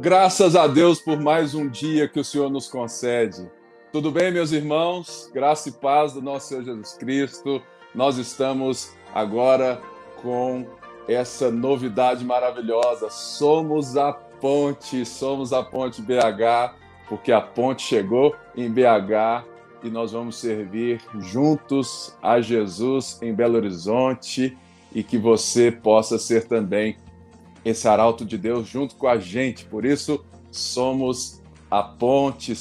Graças a Deus por mais um dia que o Senhor nos concede. Tudo bem, meus irmãos? Graça e paz do nosso Senhor Jesus Cristo. Nós estamos agora com essa novidade maravilhosa. Somos a ponte BH, porque a ponte chegou em BH e nós vamos servir juntos a Jesus em Belo Horizonte e que você possa ser também esse arauto de Deus junto com a gente. Por isso, somos a ponte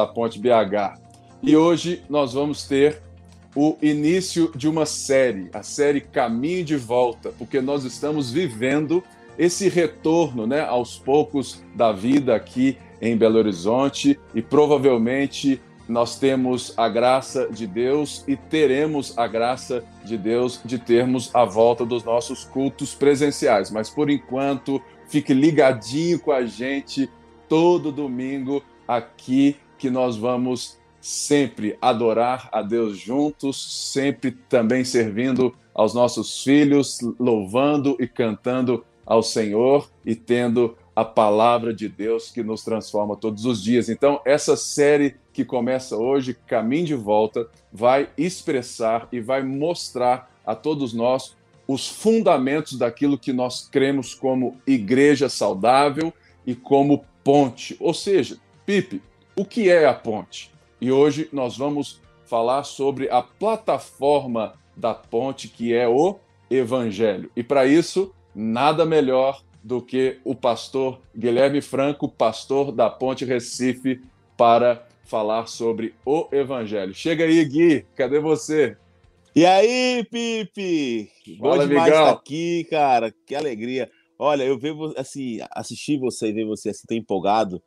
BH. E hoje nós vamos ter o início de uma série, a série Caminho de Volta, porque nós estamos vivendo esse retorno, aos poucos da vida aqui em Belo Horizonte e provavelmente nós temos a graça de Deus e teremos a graça de Deus de termos a volta dos nossos cultos presenciais. Mas, por enquanto, fique ligadinho com a gente todo domingo aqui, que nós vamos sempre adorar a Deus juntos, sempre também servindo aos nossos filhos, louvando e cantando ao Senhor e tendo a palavra de Deus que nos transforma todos os dias. Então, essa série que começa hoje, Caminho de Volta, vai expressar e vai mostrar a todos nós os fundamentos daquilo que nós cremos como igreja saudável e como ponte. Ou seja, Pipe, o que é a ponte? E hoje nós vamos falar sobre a plataforma da ponte, que é o Evangelho. E para isso, nada melhor do que o pastor Guilherme Franco, pastor da Ponte Recife, para falar sobre o Evangelho. Chega aí, Gui, cadê você? E aí, Pipe? Bom demais estar aqui, cara, que alegria. Olha, eu ver assim, assistir você e ver você assim tão empolgado,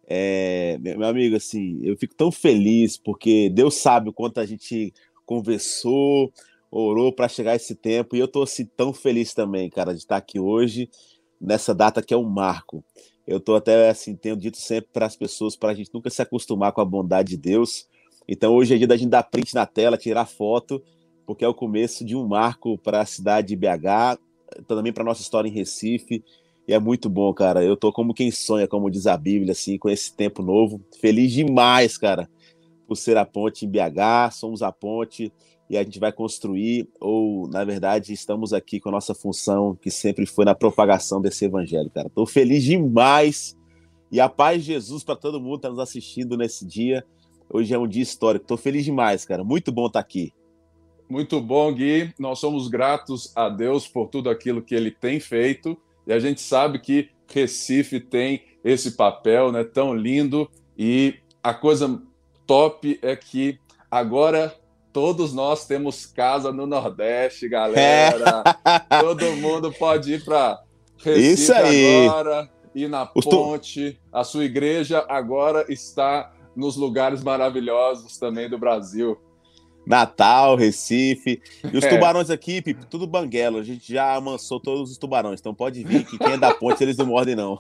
meu amigo, assim, eu fico tão feliz, porque Deus sabe o quanto a gente conversou, orou para chegar esse tempo, e eu tô assim tão feliz também, cara, de estar aqui hoje, nessa data que é um marco. Eu tô até assim, tenho dito sempre para as pessoas, para a gente nunca se acostumar com a bondade de Deus. Então hoje é dia da gente dar print na tela, tirar foto, porque é o começo de um marco para a cidade de BH, também para nossa história em Recife, e é muito bom, cara. Eu tô como quem sonha, como diz a Bíblia, assim, com esse tempo novo. Feliz demais, cara, por ser a ponte em BH, somos a ponte, e a gente vai construir, ou, na verdade, estamos aqui com a nossa função, que sempre foi na propagação desse evangelho, cara. Estou feliz demais, e a paz de Jesus para todo mundo que está nos assistindo nesse dia. Hoje é um dia histórico, estou feliz demais, cara. Muito bom estar aqui. Muito bom, Gui. Nós somos gratos a Deus por tudo aquilo que Ele tem feito, e a gente sabe que Recife tem esse papel, tão lindo, e a coisa top é que agora todos nós temos casa no Nordeste, galera. Todo mundo pode ir para Recife agora, ir na ponte. A sua igreja agora está nos lugares maravilhosos também do Brasil. Natal, Recife. E os tubarões aqui, Pipe, tudo banguelo. A gente já amansou todos os tubarões. Então pode vir que quem é da ponte, eles não mordem, não.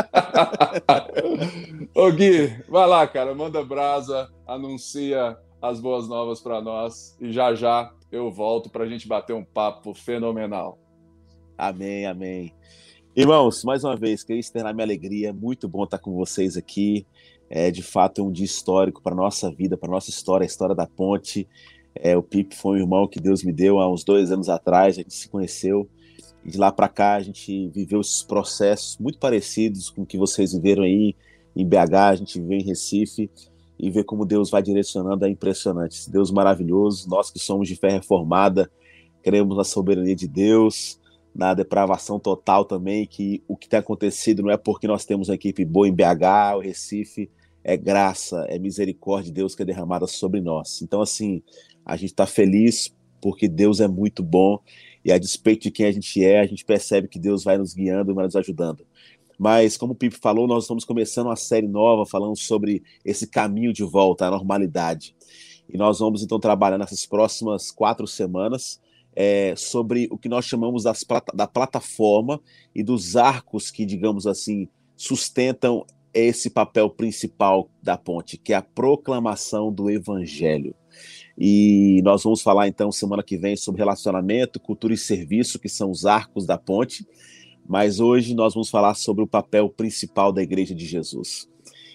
Ô Gui, vai lá, cara. Manda brasa, anuncia as boas novas para nós. E já já eu volto para a gente bater um papo fenomenal. Amém, amém. Irmãos, mais uma vez, queria externar minha alegria. Muito bom estar com vocês aqui. De fato, é um dia histórico para a nossa vida, para a nossa história, a história da ponte. O Pipe foi um irmão que Deus me deu há uns 2 anos atrás, a gente se conheceu, e de lá para cá a gente viveu esses processos muito parecidos com o que vocês viveram aí em BH, a gente viveu em Recife, e ver como Deus vai direcionando é impressionante. Deus maravilhoso, nós que somos de fé reformada, cremos na soberania de Deus, na depravação total também, que o que tem acontecido não é porque nós temos uma equipe boa em BH ou Recife, é graça, é misericórdia de Deus que é derramada sobre nós. Então, assim, a gente está feliz porque Deus é muito bom, e a despeito de quem a gente percebe que Deus vai nos guiando e vai nos ajudando. Mas, como o Pipe falou, nós estamos começando uma série nova falando sobre esse caminho de volta à normalidade. E nós vamos, então, trabalhar nessas próximas 4 semanas sobre o que nós chamamos da plataforma e dos arcos que, digamos assim, sustentam esse papel principal da ponte, que é a proclamação do Evangelho. E nós vamos falar, então, semana que vem sobre relacionamento, cultura e serviço, que são os arcos da ponte. mas hoje nós vamos falar sobre o papel principal da Igreja de Jesus.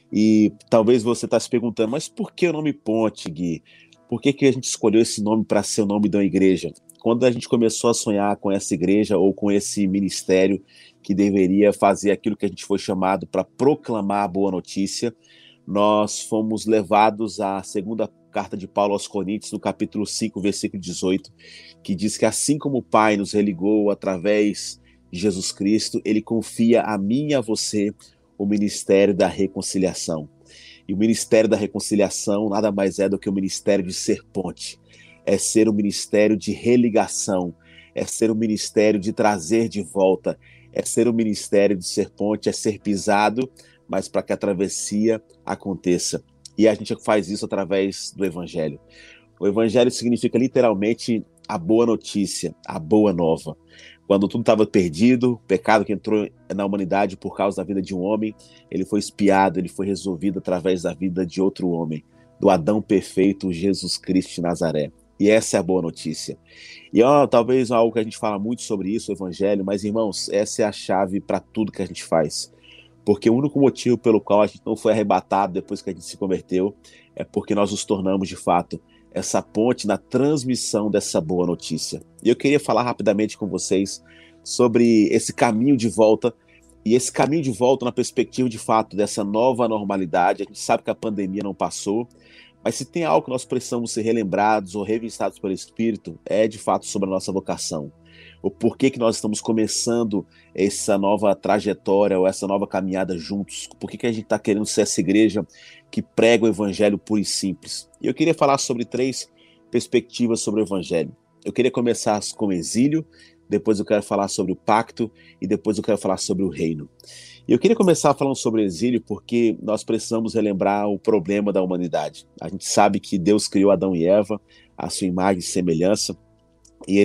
E talvez você está se perguntando, mas por que o nome Ponte, Gui? Por que a gente escolheu esse nome para ser o nome da igreja? Quando a gente começou a sonhar com essa igreja ou com esse ministério que deveria fazer aquilo que a gente foi chamado para proclamar a boa notícia, nós fomos levados à segunda carta de Paulo aos Coríntios, no capítulo 5, versículo 18, que diz que assim como o Pai nos religou através de Jesus Cristo, ele confia a mim e a você o ministério da reconciliação. E o ministério da reconciliação nada mais é do que o ministério de ser ponte. É ser o ministério de religação, é ser o ministério de trazer de volta, é ser o ministério de ser ponte, é ser pisado, mas para que a travessia aconteça. E a gente faz isso através do Evangelho. O Evangelho significa literalmente a boa notícia, a boa nova. Quando tudo estava perdido, o pecado que entrou na humanidade por causa da vida de um homem, ele foi expiado, ele foi resolvido através da vida de outro homem, do Adão perfeito, Jesus Cristo de Nazaré. E essa é a boa notícia. E talvez algo que a gente fala muito sobre isso, o Evangelho, mas irmãos, essa é a chave para tudo que a gente faz. Porque o único motivo pelo qual a gente não foi arrebatado depois que a gente se converteu é porque nós nos tornamos, de fato, essa ponte na transmissão dessa boa notícia. E eu queria falar rapidamente com vocês sobre esse caminho de volta, e esse caminho de volta na perspectiva, de fato, dessa nova normalidade. A gente sabe que a pandemia não passou, mas se tem algo que nós precisamos ser relembrados ou revistados pelo Espírito, é de fato sobre a nossa vocação. O porquê que nós estamos começando essa nova trajetória ou essa nova caminhada juntos. Por que a gente está querendo ser essa igreja que prega o evangelho puro e simples. E eu queria falar sobre 3 perspectivas sobre o evangelho. Eu queria começar com o exílio, depois eu quero falar sobre o pacto e depois eu quero falar sobre o reino. E eu queria começar falando sobre o exílio porque nós precisamos relembrar o problema da humanidade. A gente sabe que Deus criou Adão e Eva, à sua imagem e semelhança, e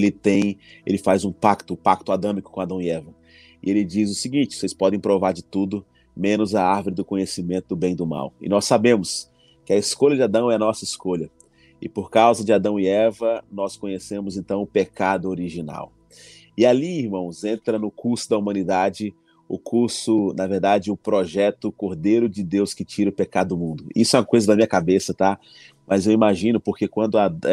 ele faz um pacto, o pacto adâmico com Adão e Eva. E ele diz o seguinte: vocês podem provar de tudo, menos a árvore do conhecimento do bem e do mal. E nós sabemos que a escolha de Adão é a nossa escolha. E por causa de Adão e Eva, nós conhecemos então o pecado original. E ali, irmãos, entra no curso da humanidade, o curso, na verdade, o projeto Cordeiro de Deus que tira o pecado do mundo. Isso é uma coisa da minha cabeça, tá? Mas eu imagino, porque quando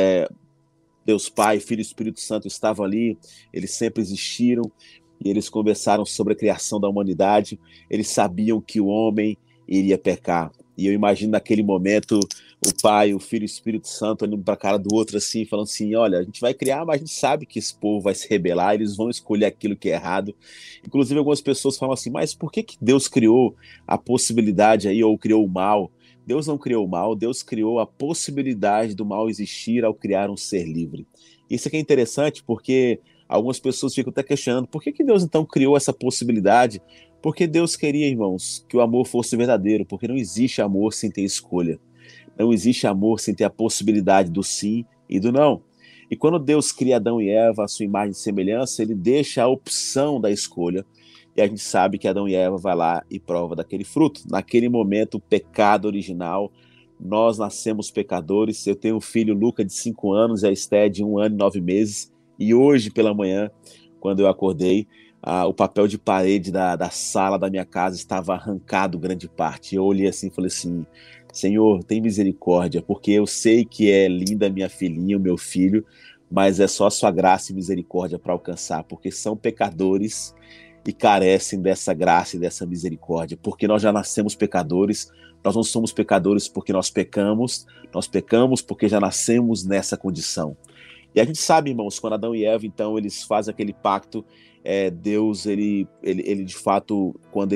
Deus Pai, Filho e Espírito Santo estavam ali, eles sempre existiram, e eles conversaram sobre a criação da humanidade, eles sabiam que o homem iria pecar. E eu imagino naquele momento o Pai, o Filho e o Espírito Santo olhando para a cara do outro assim, falando assim: olha, a gente vai criar, mas a gente sabe que esse povo vai se rebelar, eles vão escolher aquilo que é errado. Inclusive algumas pessoas falam assim: mas por que Deus criou a possibilidade aí, ou criou o mal? Deus não criou o mal, Deus criou a possibilidade do mal existir ao criar um ser livre. Isso aqui é interessante porque algumas pessoas ficam até questionando por que Deus então criou essa possibilidade. Porque Deus queria, irmãos, que o amor fosse verdadeiro, porque não existe amor sem ter escolha. Não existe amor sem ter a possibilidade do sim e do não. E quando Deus cria Adão e Eva, a sua imagem e semelhança, ele deixa a opção da escolha. E a gente sabe que Adão e Eva vai lá e prova daquele fruto. Naquele momento, o pecado original, nós nascemos pecadores. Eu tenho um filho, Luca, de 5 anos, e a Esté, de 1 ano e 9 meses. E hoje, pela manhã, quando eu acordei, o papel de parede da sala da minha casa estava arrancado grande parte. Eu olhei assim e falei assim: Senhor, tem misericórdia, porque eu sei que é linda minha filhinha, o meu filho, mas é só a sua graça e misericórdia para alcançar, porque são pecadores e carecem dessa graça e dessa misericórdia, porque nós já nascemos pecadores. Nós não somos pecadores porque nós pecamos porque já nascemos nessa condição. E a gente sabe, irmãos, quando Adão e Eva, então, eles fazem aquele pacto, Deus, ele de fato, quando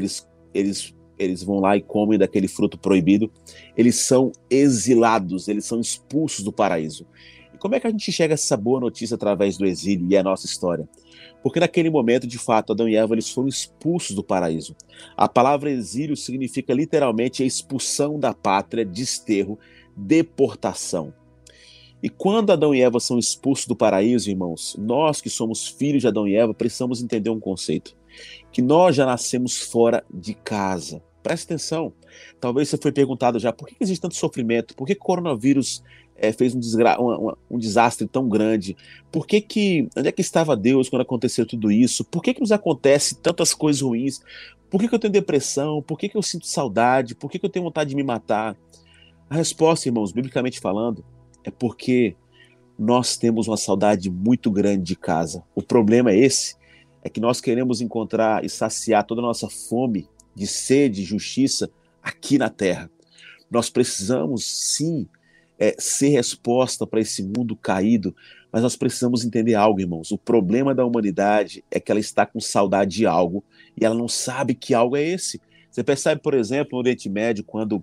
eles vão lá e comem daquele fruto proibido, eles são exilados, eles são expulsos do paraíso. E como é que a gente chega a essa boa notícia através do exílio e a nossa história? Porque naquele momento, de fato, Adão e Eva, eles foram expulsos do paraíso. A palavra exílio significa literalmente a expulsão da pátria, desterro, deportação. E quando Adão e Eva são expulsos do paraíso, irmãos, nós que somos filhos de Adão e Eva precisamos entender um conceito: que nós já nascemos fora de casa. presta atenção. Talvez você foi perguntado já, por que existe tanto sofrimento? Por que o coronavírus fez um desastre tão grande? Onde é que estava Deus quando aconteceu tudo isso? Por que nos acontece tantas coisas ruins? Por que eu tenho depressão? Por que eu sinto saudade? Por que eu tenho vontade de me matar? A resposta, irmãos, biblicamente falando, é porque nós temos uma saudade muito grande de casa. O problema é que nós queremos encontrar e saciar toda a nossa fome de sede, justiça aqui na terra. Nós precisamos, sim, ser resposta para esse mundo caído, mas nós precisamos entender algo, irmãos. O problema da humanidade é que ela está com saudade de algo e ela não sabe que algo é esse. Você percebe, por exemplo, no Oriente Médio, quando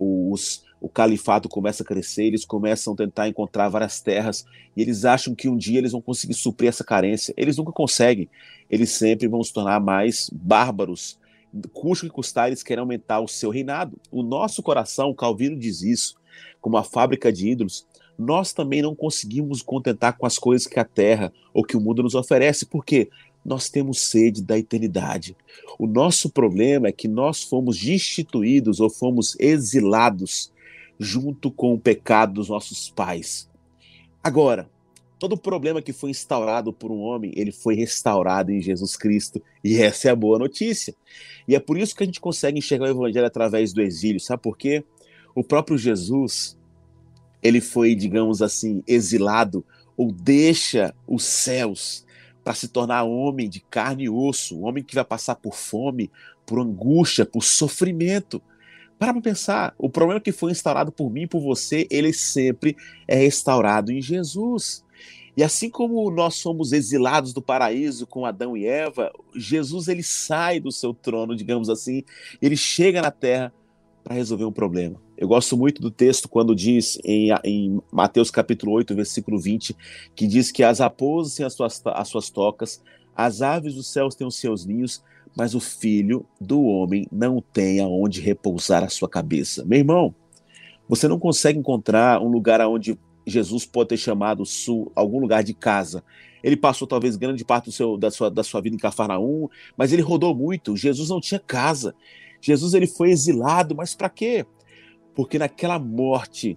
o califato começa a crescer, eles começam a tentar encontrar várias terras e eles acham que um dia eles vão conseguir suprir essa carência. Eles nunca conseguem. Eles sempre vão se tornar mais bárbaros. Custe o que custar, eles querem aumentar o seu reinado. O nosso coração, Calvino diz isso, como a fábrica de ídolos, nós também não conseguimos contentar com as coisas que a terra ou que o mundo nos oferece, porque nós temos sede da eternidade. O nosso problema é que nós fomos destituídos ou fomos exilados junto com o pecado dos nossos pais. Agora, todo problema que foi instaurado por um homem, ele foi restaurado em Jesus Cristo, e essa é a boa notícia. E é por isso que a gente consegue enxergar o evangelho através do exílio, sabe por quê? O próprio Jesus, ele foi, digamos assim, exilado, ou deixa os céus para se tornar homem de carne e osso, um homem que vai passar por fome, por angústia, por sofrimento. Para pensar, o problema que foi instaurado por mim e por você, ele sempre é restaurado em Jesus. E assim como nós somos exilados do paraíso com Adão e Eva, Jesus ele sai do seu trono, digamos assim, ele chega na terra para resolver um problema. Eu gosto muito do texto quando diz em Mateus capítulo 8, versículo 20, que diz que as raposas têm as suas tocas, as aves dos céus têm os seus ninhos, mas o filho do homem não tem aonde repousar a sua cabeça. Meu irmão, você não consegue encontrar um lugar onde Jesus pode ter chamado algum lugar de casa. Ele passou talvez grande parte da sua vida em Cafarnaum, mas ele rodou muito. Jesus não tinha casa. Jesus ele foi exilado, mas para quê? Porque naquela morte,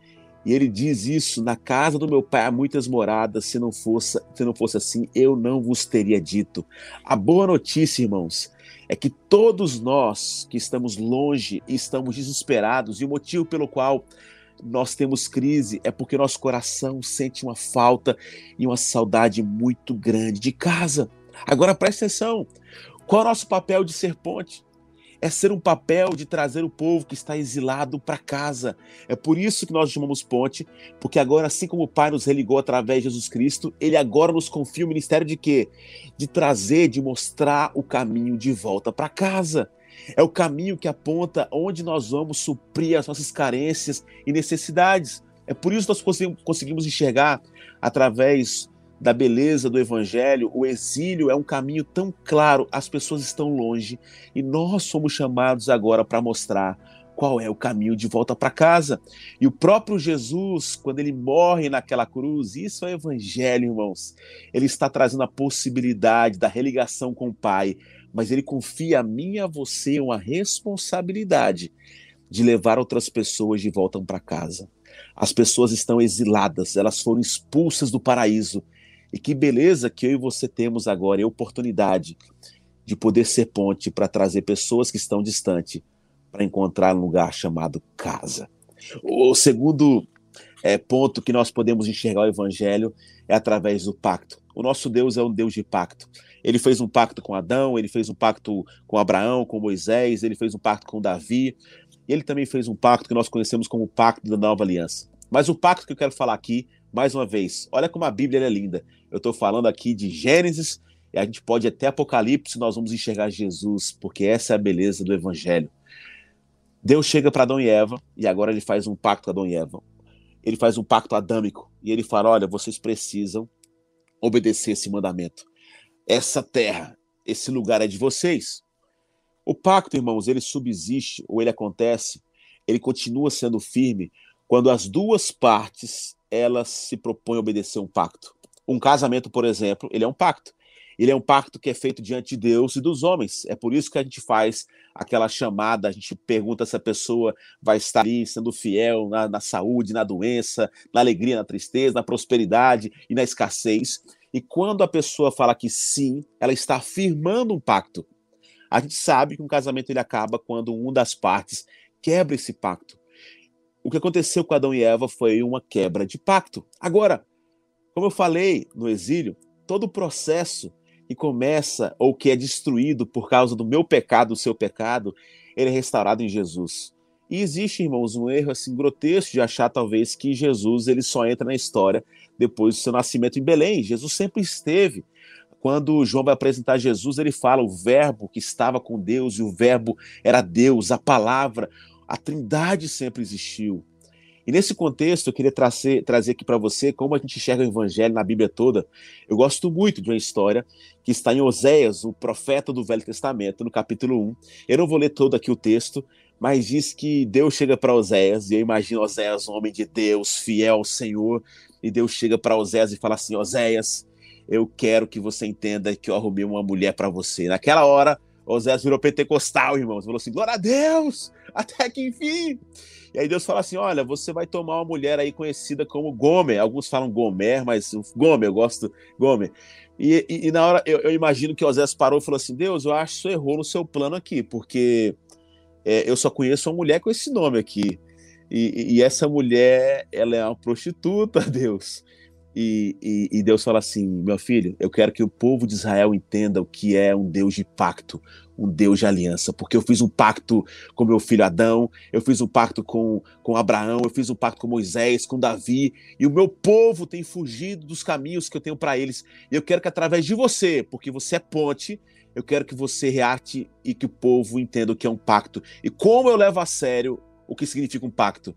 e ele diz isso, na casa do meu pai há muitas moradas, se não fosse assim, eu não vos teria dito. A boa notícia, irmãos, é que todos nós que estamos longe e estamos desesperados, e o motivo pelo qual nós temos crise é porque nosso coração sente uma falta e uma saudade muito grande de casa. Agora presta atenção, qual é o nosso papel de ser ponte? É ser um papel de trazer o povo que está exilado para casa. É por isso que nós chamamos ponte, porque agora, assim como o Pai nos religou através de Jesus Cristo, Ele agora nos confia o ministério de quê? De trazer, de mostrar o caminho de volta para casa. É o caminho que aponta onde nós vamos suprir as nossas carências e necessidades. É por isso que nós conseguimos enxergar, através da beleza do evangelho, o exílio é um caminho tão claro, as pessoas estão longe e nós somos chamados agora para mostrar qual é o caminho de volta para casa. E o próprio Jesus, quando ele morre naquela cruz, isso é o evangelho, irmãos. Ele está trazendo a possibilidade da religação com o Pai, mas ele confia a mim e a você uma responsabilidade de levar outras pessoas de volta para casa. As pessoas estão exiladas, elas foram expulsas do paraíso. E que beleza que eu e você temos agora, e a oportunidade de poder ser ponte para trazer pessoas que estão distantes para encontrar um lugar chamado casa. O segundo ponto que nós podemos enxergar o evangelho é através do pacto. O nosso Deus é um Deus de pacto. Ele fez um pacto com Adão, ele fez um pacto com Abraão, com Moisés, ele fez um pacto com Davi, e ele também fez um pacto que nós conhecemos como o pacto da nova aliança. Mas o pacto que eu quero falar aqui, mais uma vez, olha como a Bíblia é linda. Eu estou falando aqui de Gênesis, e a gente pode ir até Apocalipse, nós vamos enxergar Jesus, porque essa é a beleza do evangelho. Deus chega para Adão e Eva, e agora ele faz um pacto com Adão e Eva. Ele faz um pacto adâmico, e ele fala, olha, vocês precisam obedecer esse mandamento. Essa terra, esse lugar é de vocês. O pacto, irmãos, ele subsiste, ou ele acontece, ele continua sendo firme, quando as duas partes, elas se propõem a obedecer um pacto. Um casamento, por exemplo, ele é um pacto. Ele é um pacto que é feito diante de Deus e dos homens. É por isso que a gente faz aquela chamada, a gente pergunta se a pessoa vai estar ali sendo fiel na saúde, na doença, na alegria, na tristeza, na prosperidade e na escassez. E quando a pessoa fala que sim, ela está firmando um pacto. A gente sabe que um casamento ele acaba quando uma das partes quebra esse pacto. O que aconteceu com Adão e Eva foi uma quebra de pacto. Agora, como eu falei no exílio, todo o processo que começa ou que é destruído por causa do meu pecado, do seu pecado, ele é restaurado em Jesus. E existe, irmãos, um erro assim grotesco de achar talvez que Jesus ele só entra na história depois do seu nascimento em Belém. Jesus sempre esteve. Quando João vai apresentar Jesus, ele fala o verbo que estava com Deus e o verbo era Deus, a palavra, a Trindade sempre existiu. E nesse contexto, eu queria trazer aqui para você como a gente enxerga o Evangelho na Bíblia toda. Eu gosto muito de uma história que está em Oséias, o profeta do Velho Testamento, no capítulo 1. Eu não vou ler todo aqui o texto, mas diz que Deus chega para Oséias, e eu imagino Oséias, um homem de Deus, fiel ao Senhor, e Deus chega para Oséias e fala assim: Oséias, eu quero que você entenda que eu arrumei uma mulher para você. Naquela hora, Oséias virou pentecostal, irmãos. Falou assim: glória a Deus, até que enfim. E aí Deus fala assim: olha, você vai tomar uma mulher aí conhecida como Gomer. Alguns falam Gomer, mas Gomer, eu gosto Gomer. E na hora, eu imagino que Oséias parou e falou assim: Deus, eu acho que você errou no seu plano aqui, porque eu só conheço uma mulher com esse nome aqui. E essa mulher, ela é uma prostituta, Deus. E Deus fala assim: meu filho, eu quero que o povo de Israel entenda o que é um Deus de pacto, um Deus de aliança, porque eu fiz um pacto com meu filho Adão, eu fiz um pacto com Abraão, eu fiz um pacto com Moisés, com Davi, e o meu povo tem fugido dos caminhos que eu tenho para eles. E eu quero que através de você, porque você é ponte, eu quero que você reate e que o povo entenda o que é um pacto e como eu levo a sério o que significa um pacto.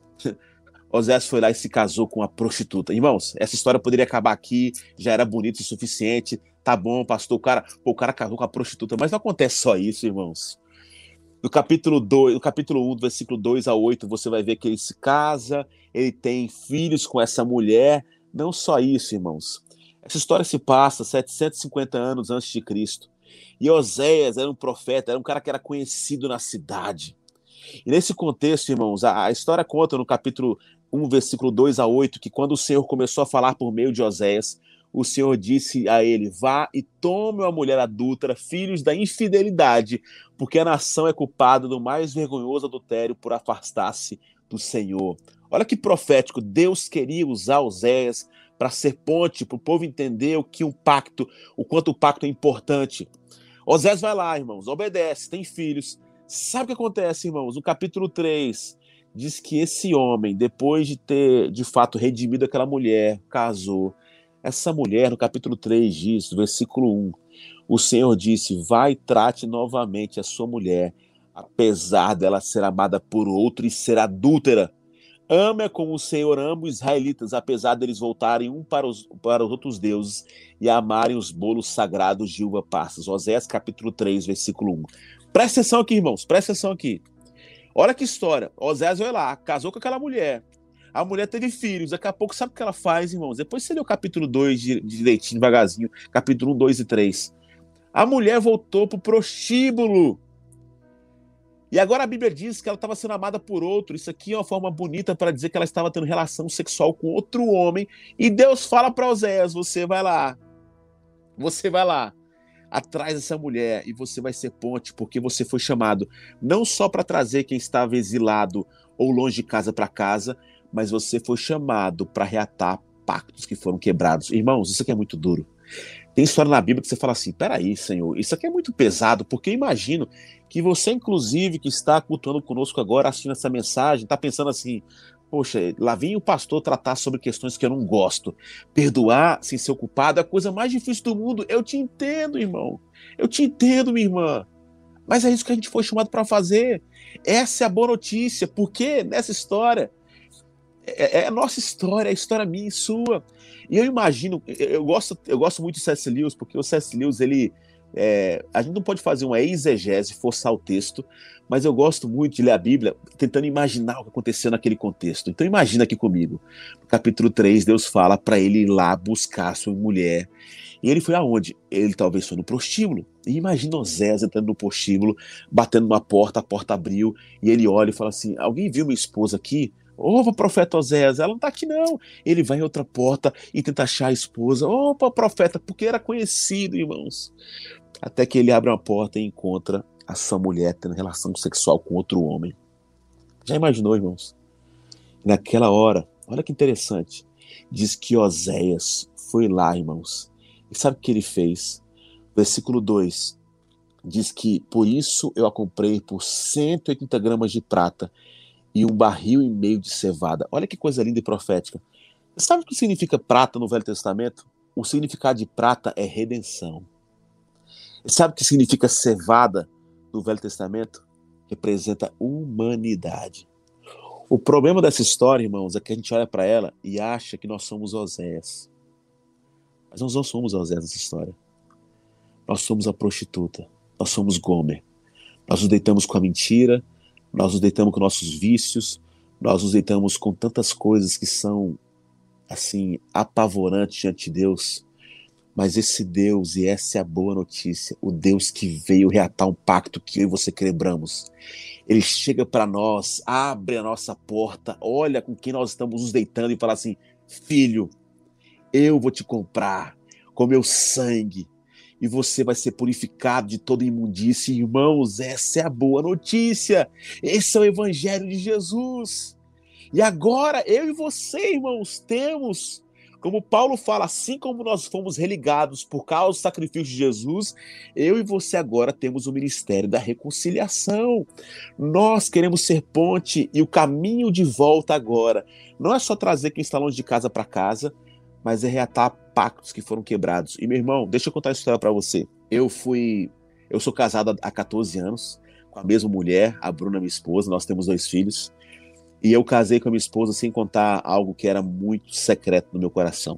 Oséias foi lá e se casou com uma prostituta. Irmãos, essa história poderia acabar aqui, já era bonito o suficiente. Tá bom, pastor, o cara casou com a prostituta, mas não acontece só isso, irmãos. No capítulo 1, do versículo 2 a 8, você vai ver que ele se casa, ele tem filhos com essa mulher. Não só isso, irmãos. Essa história se passa 750 anos antes de Cristo. E Oséias era um profeta, era um cara que era conhecido na cidade. E nesse contexto, irmãos, a história conta no capítulo 1, versículo 2 a 8, que quando o Senhor começou a falar por meio de Oséias, o Senhor disse a ele: vá e tome uma mulher adúltera, filhos da infidelidade, porque a nação é culpada do mais vergonhoso adultério por afastar-se do Senhor. Olha que profético, Deus queria usar Oséias para ser ponte, para o povo entender o quanto o pacto é importante. Oséias vai lá, irmãos, obedece, tem filhos. Sabe o que acontece, irmãos? No capítulo 3, diz que esse homem, depois de ter, de fato, redimido aquela mulher, casou. Essa mulher, no capítulo 3, diz, no versículo 1, o Senhor disse: vai e trate novamente a sua mulher, apesar dela ser amada por outro e ser adúltera. Ame-a como o Senhor ama os israelitas, apesar deles voltarem para os outros deuses e amarem os bolos sagrados de uva passas. Oséias, capítulo 3, versículo 1. Presta atenção aqui, irmãos, presta atenção aqui. Olha que história. Oséias vai lá, casou com aquela mulher. A mulher teve filhos. Daqui a pouco, sabe o que ela faz, irmãos? Depois você lê o capítulo 2 direitinho, devagarzinho. Capítulo 1, 2 e 3. A mulher voltou pro prostíbulo. E agora a Bíblia diz que ela estava sendo amada por outro. Isso aqui é uma forma bonita para dizer que ela estava tendo relação sexual com outro homem. E Deus fala para Oséias: você vai lá. Você vai lá atrás dessa mulher e você vai ser ponte, porque você foi chamado não só para trazer quem estava exilado ou longe de casa para casa, mas você foi chamado para reatar pactos que foram quebrados. Irmãos, isso aqui é muito duro. Tem história na Bíblia que você fala assim: peraí, Senhor, isso aqui é muito pesado, porque eu imagino que você, inclusive, que está cultuando conosco agora, assistindo essa mensagem, está pensando assim: poxa, lá vem o pastor tratar sobre questões que eu não gosto. Perdoar sem ser culpado é a coisa mais difícil do mundo. Eu te entendo, irmão. Eu te entendo, minha irmã. Mas é isso que a gente foi chamado para fazer. Essa é a boa notícia, porque nessa história é a nossa história, é a história minha e sua. E eu imagino, eu gosto muito de C.S. Lewis, porque o C.S. Lewis, ele A gente não pode fazer uma exegese, forçar o texto, mas eu gosto muito de ler a Bíblia tentando imaginar o que aconteceu naquele contexto. Então imagina aqui comigo, no capítulo 3, Deus fala para ele ir lá buscar a sua mulher. E ele foi aonde? Ele talvez foi no prostíbulo. E imagina Oséias entrando no prostíbulo, batendo numa porta, a porta abriu, e ele olha e fala assim: alguém viu minha esposa aqui? Opa, profeta Oséias, ela não tá aqui não. Ele vai em outra porta e tenta achar a esposa. Opa, profeta, porque era conhecido, irmãos. Até que ele abre uma porta e encontra a sua mulher tendo relação sexual com outro homem. Já imaginou, irmãos? Naquela hora, olha que interessante, diz que Oséias foi lá, irmãos, e sabe o que ele fez? Versículo 2 diz que por isso eu a comprei por 180 gramas de prata e 1,5 barril de cevada. Olha que coisa linda e profética. Sabe o que significa prata no Velho Testamento? O significado de prata é redenção. Sabe o que significa cevada no Velho Testamento? Representa humanidade. O problema dessa história, irmãos, é que a gente olha para ela e acha que nós somos Oséias. Mas nós não somos Oséias nessa história. Nós somos a prostituta. Nós somos Gomer. Nós nos deitamos com a mentira, nós nos deitamos com nossos vícios, nós nos deitamos com tantas coisas que são, assim, apavorantes diante de Deus. Mas esse Deus, e essa é a boa notícia, o Deus que veio reatar um pacto que eu e você quebramos, ele chega para nós, abre a nossa porta, olha com quem nós estamos nos deitando e fala assim: filho, eu vou te comprar com meu sangue e você vai ser purificado de toda imundície. Irmãos, essa é a boa notícia, esse é o evangelho de Jesus. E agora eu e você, irmãos, temos, como Paulo fala, assim como nós fomos religados por causa do sacrifício de Jesus, eu e você agora temos o ministério da reconciliação. Nós queremos ser ponte, e o caminho de volta agora não é só trazer quem está longe de casa para casa, mas é reatar pactos que foram quebrados. E meu irmão, deixa eu contar uma história para você. Eu sou casado há 14 anos com a mesma mulher, a Bruna, minha esposa, nós temos 2 filhos. E eu casei com a minha esposa sem contar algo que era muito secreto no meu coração.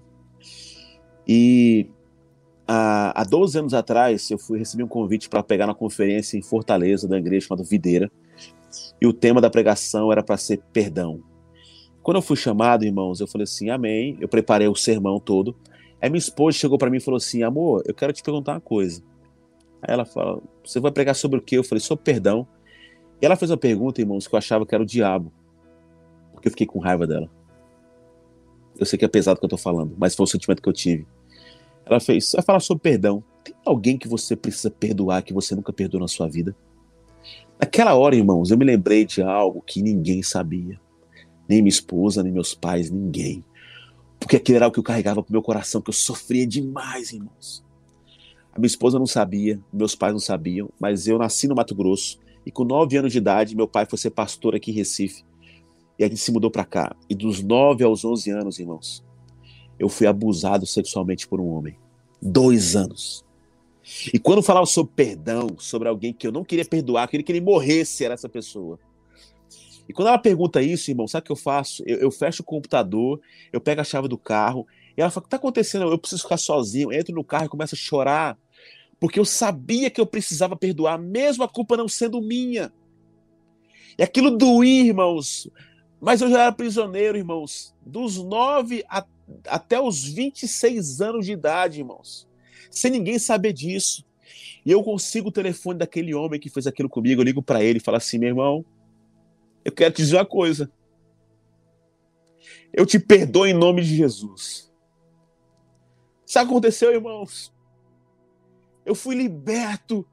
E há 12 anos atrás, eu recebi um convite para pregar na conferência em Fortaleza, da igreja chamada Videira. E o tema da pregação era para ser perdão. Quando eu fui chamado, irmãos, eu falei assim: amém. Eu preparei o sermão todo. Aí minha esposa chegou para mim e falou assim: amor, eu quero te perguntar uma coisa. Aí ela falou: você vai pregar sobre o quê? Eu falei: sobre perdão. E ela fez uma pergunta, irmãos, que eu achava que era o diabo. Porque eu fiquei com raiva dela. Eu sei que é pesado o que eu tô falando, mas foi o sentimento que eu tive. Ela fez: você vai falar sobre perdão. Tem alguém que você precisa perdoar que você nunca perdoou na sua vida? Naquela hora, irmãos, eu me lembrei de algo que ninguém sabia. Nem minha esposa, nem meus pais, ninguém. Porque aquilo era o que eu carregava pro meu coração, que eu sofria demais, irmãos. A minha esposa não sabia, meus pais não sabiam, mas eu nasci no Mato Grosso, e com 9 anos de idade, meu pai foi ser pastor aqui em Recife. E a gente se mudou para cá. E dos 9 aos 11 anos, irmãos, eu fui abusado sexualmente por um homem. 2 anos. E quando falava sobre perdão, sobre alguém que eu não queria perdoar, queria que ele morresse, era essa pessoa. E quando ela pergunta isso, irmão, sabe o que eu faço? Eu fecho o computador, eu pego a chave do carro, e ela fala: o que está acontecendo? Eu preciso ficar sozinho. Eu entro no carro e começo a chorar, porque eu sabia que eu precisava perdoar, mesmo a culpa não sendo minha. E aquilo doía, irmãos. Mas eu já era prisioneiro, irmãos, dos 9 até os 26 anos de idade, irmãos, sem ninguém saber disso. E eu consigo o telefone daquele homem que fez aquilo comigo, eu ligo para ele e falo assim: meu irmão, eu quero te dizer uma coisa. Eu te perdoo em nome de Jesus. Sabe o que aconteceu, irmãos? Eu fui liberto.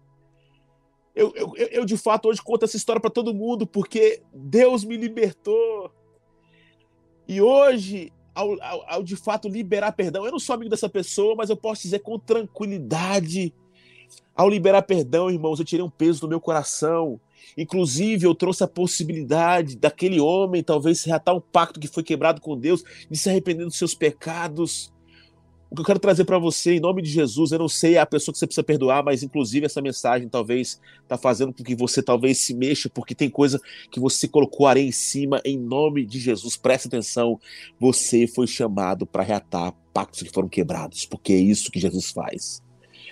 Eu de fato hoje conto essa história para todo mundo, porque Deus me libertou. E hoje, ao de fato liberar perdão, eu não sou amigo dessa pessoa, mas eu posso dizer com tranquilidade, ao liberar perdão, irmãos, eu tirei um peso do meu coração. Inclusive, eu trouxe a possibilidade daquele homem talvez reatar um pacto que foi quebrado com Deus, de se arrepender dos seus pecados. O que eu quero trazer para você, em nome de Jesus, eu não sei a pessoa que você precisa perdoar, mas inclusive essa mensagem talvez está fazendo com que você talvez se mexa, porque tem coisa que você colocou areia em cima. Em nome de Jesus, preste atenção, você foi chamado para reatar pactos que foram quebrados, porque é isso que Jesus faz.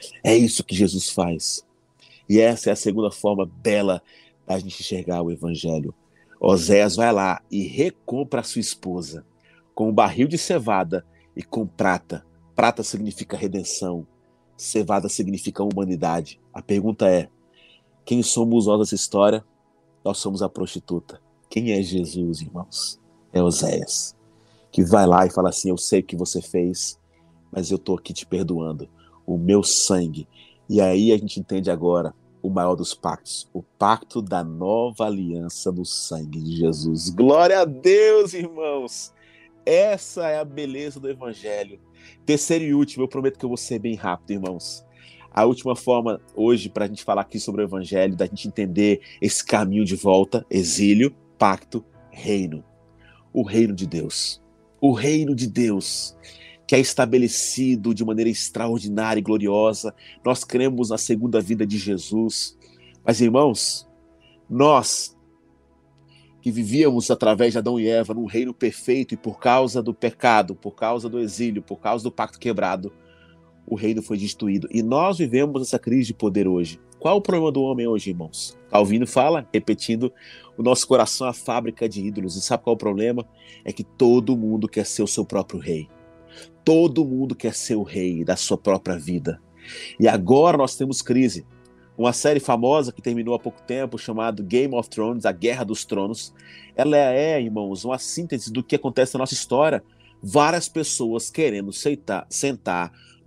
É isso que Jesus faz. E essa é a segunda forma bela da gente enxergar o evangelho. Oséias vai lá e recompra a sua esposa com um barril de cevada e com prata. Prata significa redenção. Cevada significa humanidade. A pergunta é: quem somos nós nessa história? Nós somos a prostituta. Quem é Jesus, irmãos? É Oséias, que vai lá e fala assim: eu sei o que você fez, mas eu estou aqui te perdoando. O meu sangue. E aí a gente entende agora o maior dos pactos, o pacto da nova aliança no sangue de Jesus. Glória a Deus, irmãos! Essa é a beleza do evangelho. Terceiro e último, eu prometo que eu vou ser bem rápido, irmãos. A última forma hoje para a gente falar aqui sobre o evangelho, da gente entender esse caminho de volta: exílio, pacto, reino. O reino de Deus. O reino de Deus, que é estabelecido de maneira extraordinária e gloriosa. Nós cremos na segunda vinda de Jesus. Mas, irmãos, nós que vivíamos através de Adão e Eva num reino perfeito, e por causa do pecado, por causa do exílio, por causa do pacto quebrado, o reino foi destruído. E nós vivemos essa crise de poder hoje. Qual o problema do homem hoje, irmãos? Calvino fala, repetindo: o nosso coração é a fábrica de ídolos. E sabe qual é o problema? É que todo mundo quer ser o seu próprio rei. Todo mundo quer ser o rei da sua própria vida. E agora nós temos crise. Uma série famosa que terminou há pouco tempo, chamada Game of Thrones, a Guerra dos Tronos, ela é, irmãos, uma síntese do que acontece na nossa história. Várias pessoas querendo sentar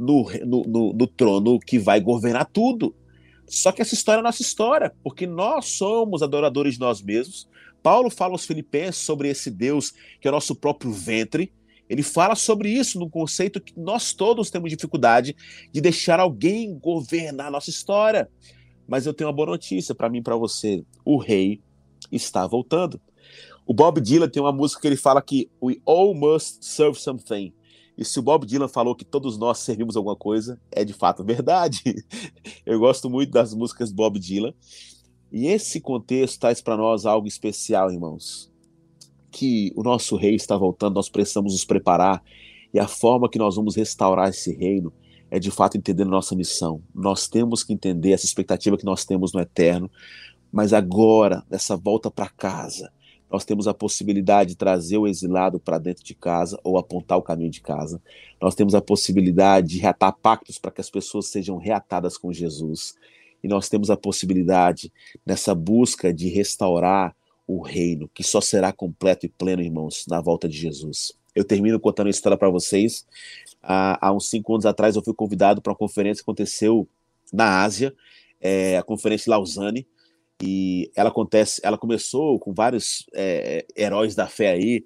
no trono que vai governar tudo. Só que essa história é a nossa história, porque nós somos adoradores de nós mesmos. Paulo fala aos Filipenses sobre esse Deus que é o nosso próprio ventre. Ele fala sobre isso no conceito que nós todos temos dificuldade de deixar alguém governar a nossa história. Mas eu tenho uma boa notícia para mim e para você: o rei está voltando. O Bob Dylan tem uma música que ele fala que we all must serve something. E se o Bob Dylan falou que todos nós servimos alguma coisa, é de fato verdade. Eu gosto muito das músicas do Bob Dylan. E esse contexto traz para nós algo especial, irmãos. Que o nosso rei está voltando, nós precisamos nos preparar. E a forma que nós vamos restaurar esse reino é de fato entendendo nossa missão. Nós temos que entender essa expectativa que nós temos no eterno. Mas agora, nessa volta para casa, nós temos a possibilidade de trazer o exilado para dentro de casa ou apontar o caminho de casa. Nós temos a possibilidade de reatar pactos para que as pessoas sejam reatadas com Jesus. E nós temos a possibilidade, nessa busca de restaurar o reino, que só será completo e pleno, irmãos, na volta de Jesus. Eu termino contando a história para vocês. Há uns 5 anos atrás eu fui convidado para uma conferência que aconteceu na Ásia, a conferência de Lausanne. E ela começou com vários heróis da fé aí,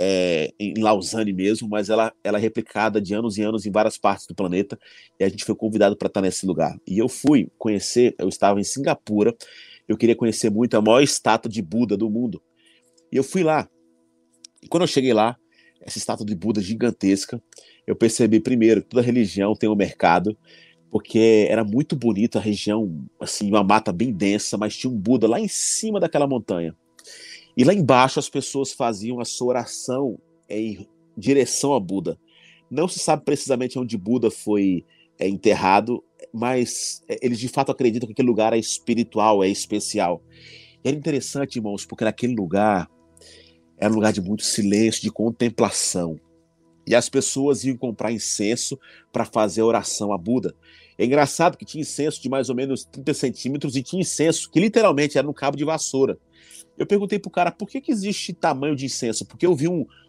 em Lausanne mesmo, mas ela é replicada de anos em anos em várias partes do planeta, e a gente foi convidado para estar nesse lugar. E eu fui conhecer, eu estava em Singapura, eu queria conhecer muito a maior estátua de Buda do mundo. E eu fui lá. E quando eu cheguei lá, essa estátua de Buda gigantesca, eu percebi primeiro que toda religião tem um mercado, porque era muito bonita a região, assim, uma mata bem densa, mas tinha um Buda lá em cima daquela montanha. E lá embaixo as pessoas faziam a sua oração em direção a Buda. Não se sabe precisamente onde Buda foi enterrado, mas eles de fato acreditam que aquele lugar é espiritual, é especial. E era interessante, irmãos, porque naquele lugar era um lugar de muito silêncio, de contemplação. E as pessoas iam comprar incenso para fazer a oração a Buda. É engraçado que tinha incenso de mais ou menos 30 centímetros e tinha incenso que literalmente era um cabo de vassoura. Eu perguntei pro cara, por que existe tamanho de incenso? Porque eu vi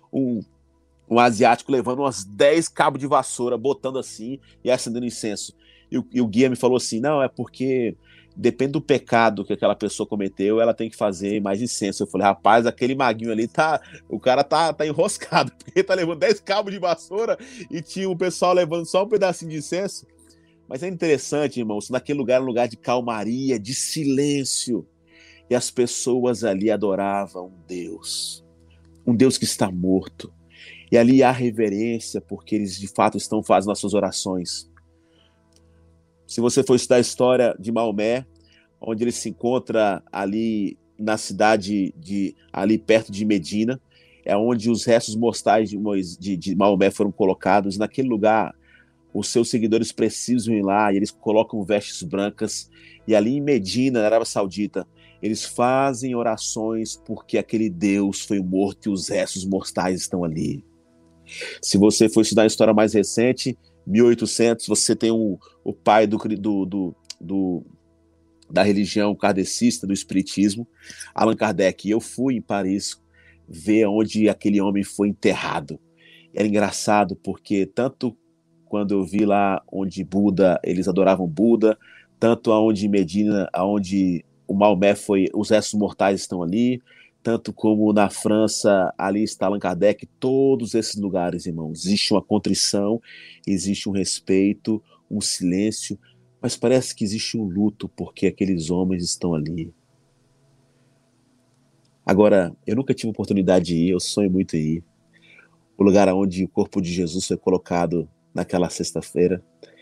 um asiático levando umas 10 cabos de vassoura, botando assim e acendendo incenso. E o guia me falou assim, não, é porque depende do pecado que aquela pessoa cometeu, ela tem que fazer mais incenso. Eu falei, rapaz, aquele maguinho ali, o cara tá enroscado, porque ele tá levando 10 cabos de vassoura e tinha o pessoal levando só um pedacinho de incenso. Mas é interessante, irmãos, naquele lugar era um lugar de calmaria, de silêncio, e as pessoas ali adoravam um Deus que está morto. E ali há reverência, porque eles de fato estão fazendo as suas orações. Se você for estudar a história de Maomé, onde ele se encontra ali na cidade ali perto de Medina, é onde os restos mortais de Maomé foram colocados. Naquele lugar, os seus seguidores precisam ir lá e eles colocam vestes brancas. E ali em Medina, na Arábia Saudita, eles fazem orações porque aquele Deus foi morto e os restos mortais estão ali. Se você for estudar a história mais recente, 1800, você tem o pai da religião kardecista, do espiritismo, Allan Kardec. Eu fui em Paris ver onde aquele homem foi enterrado. Era engraçado porque tanto quando eu vi lá onde Buda, eles adoravam Buda, tanto aonde em Medina, aonde o Maomé foi, os restos mortais estão ali, tanto como na França, ali está Allan Kardec, todos esses lugares, irmãos, existe uma contrição, existe um respeito, um silêncio, mas parece que existe um luto porque aqueles homens estão ali. Agora, eu nunca tive oportunidade de ir, eu sonho muito em ir. O lugar onde o corpo de Jesus foi colocado naquela sexta-feira.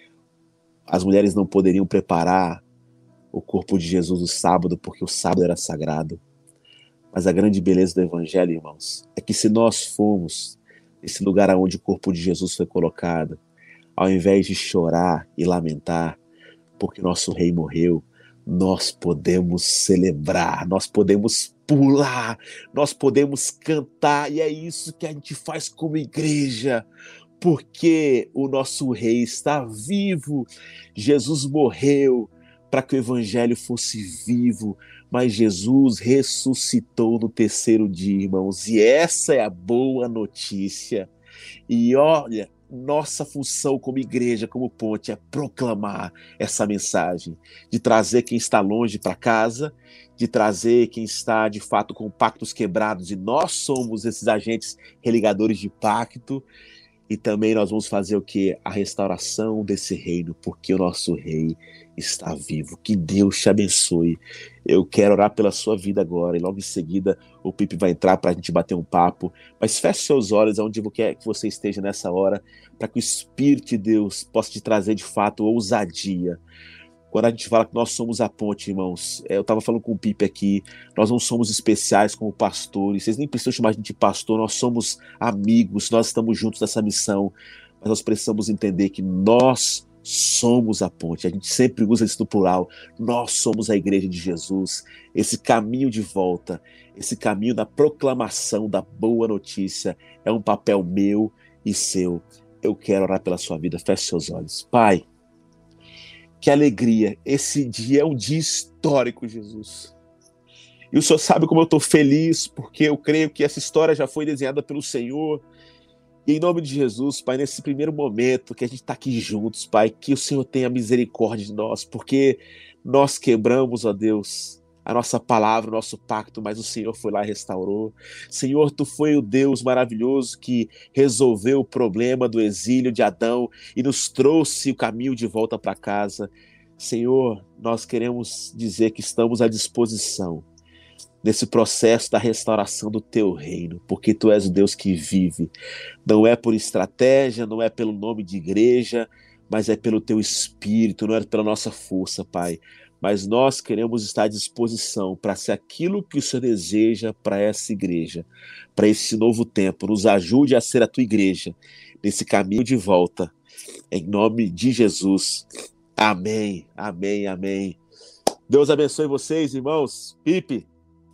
As mulheres não poderiam preparar o corpo de Jesus no sábado, porque o sábado era sagrado. Mas a grande beleza do Evangelho, irmãos, é que se nós formos nesse lugar onde o corpo de Jesus foi colocado, ao invés de chorar e lamentar, porque nosso rei morreu, nós podemos celebrar, nós podemos pular, nós podemos cantar, e é isso que a gente faz como igreja, porque o nosso rei está vivo. Jesus morreu para que o evangelho fosse vivo, mas Jesus ressuscitou no terceiro dia, irmãos, e essa é a boa notícia. E olha, nossa função como igreja, como ponte, é proclamar essa mensagem, de trazer quem está longe para casa, de trazer quem está de fato com pactos quebrados, e nós somos esses agentes religadores de pacto. E também nós vamos fazer o quê? A restauração desse reino, porque o nosso rei está vivo. Que Deus te abençoe. Eu quero orar pela sua vida agora, e logo em seguida o Pipe vai entrar para a gente bater um papo. Mas feche seus olhos aonde quer que você esteja nessa hora, para que o Espírito de Deus possa te trazer de fato ousadia. Quando a gente fala que nós somos a ponte, irmãos, eu estava falando com o Pipe aqui, nós não somos especiais como pastores, vocês nem precisam chamar a gente de pastor, nós somos amigos, nós estamos juntos nessa missão, mas nós precisamos entender que nós somos a ponte, a gente sempre usa isso no plural, nós somos a igreja de Jesus, esse caminho de volta, esse caminho da proclamação da boa notícia, é um papel meu e seu. Eu quero orar pela sua vida, feche seus olhos. Pai, que alegria, esse dia é um dia histórico, Jesus. E o Senhor sabe como eu estou feliz, porque eu creio que essa história já foi desenhada pelo Senhor. E em nome de Jesus, Pai, nesse primeiro momento que a gente está aqui juntos, Pai, que o Senhor tenha misericórdia de nós, porque nós quebramos, ó Deus, a nossa palavra, o nosso pacto, mas o Senhor foi lá e restaurou. Senhor, Tu foi o Deus maravilhoso que resolveu o problema do exílio de Adão e nos trouxe o caminho de volta para casa. Senhor, nós queremos dizer que estamos à disposição nesse processo da restauração do Teu reino, porque Tu és o Deus que vive. Não é por estratégia, não é pelo nome de igreja, mas é pelo Teu Espírito, não é pela nossa força, Pai. Mas nós queremos estar à disposição para ser aquilo que o Senhor deseja para essa igreja, para esse novo tempo. Nos ajude a ser a Tua igreja, nesse caminho de volta. Em nome de Jesus. Amém, amém, amém. Deus abençoe vocês, irmãos. Pipe.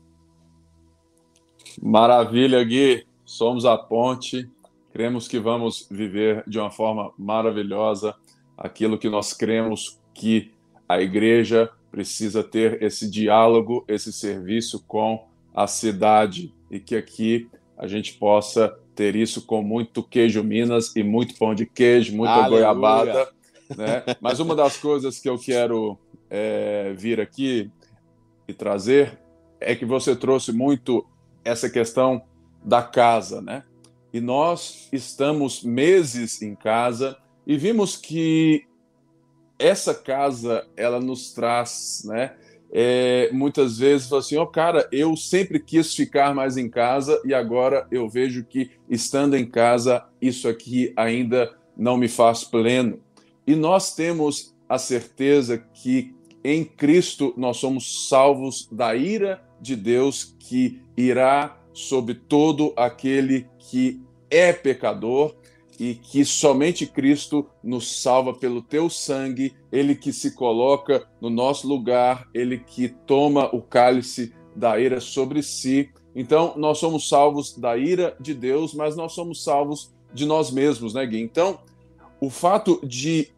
Maravilha, Gui. Somos a ponte. Cremos que vamos viver de uma forma maravilhosa aquilo que nós cremos que a igreja precisa ter esse diálogo, esse serviço com a cidade, e que aqui a gente possa ter isso com muito queijo Minas e muito pão de queijo, muita goiabada, né? Mas uma das coisas que eu quero vir aqui e trazer é que você trouxe muito essa questão da casa, né? E nós estamos meses em casa e vimos que essa casa, ela nos traz, né? Muitas vezes, assim, cara, eu sempre quis ficar mais em casa e agora eu vejo que, estando em casa, isso aqui ainda não me faz pleno. E nós temos a certeza que em Cristo nós somos salvos da ira de Deus, que irá sobre todo aquele que é pecador, e que somente Cristo nos salva pelo teu sangue, ele que se coloca no nosso lugar, ele que toma o cálice da ira sobre si. Então, nós somos salvos da ira de Deus, mas nós somos salvos de nós mesmos, né, Gui? Então, o fato de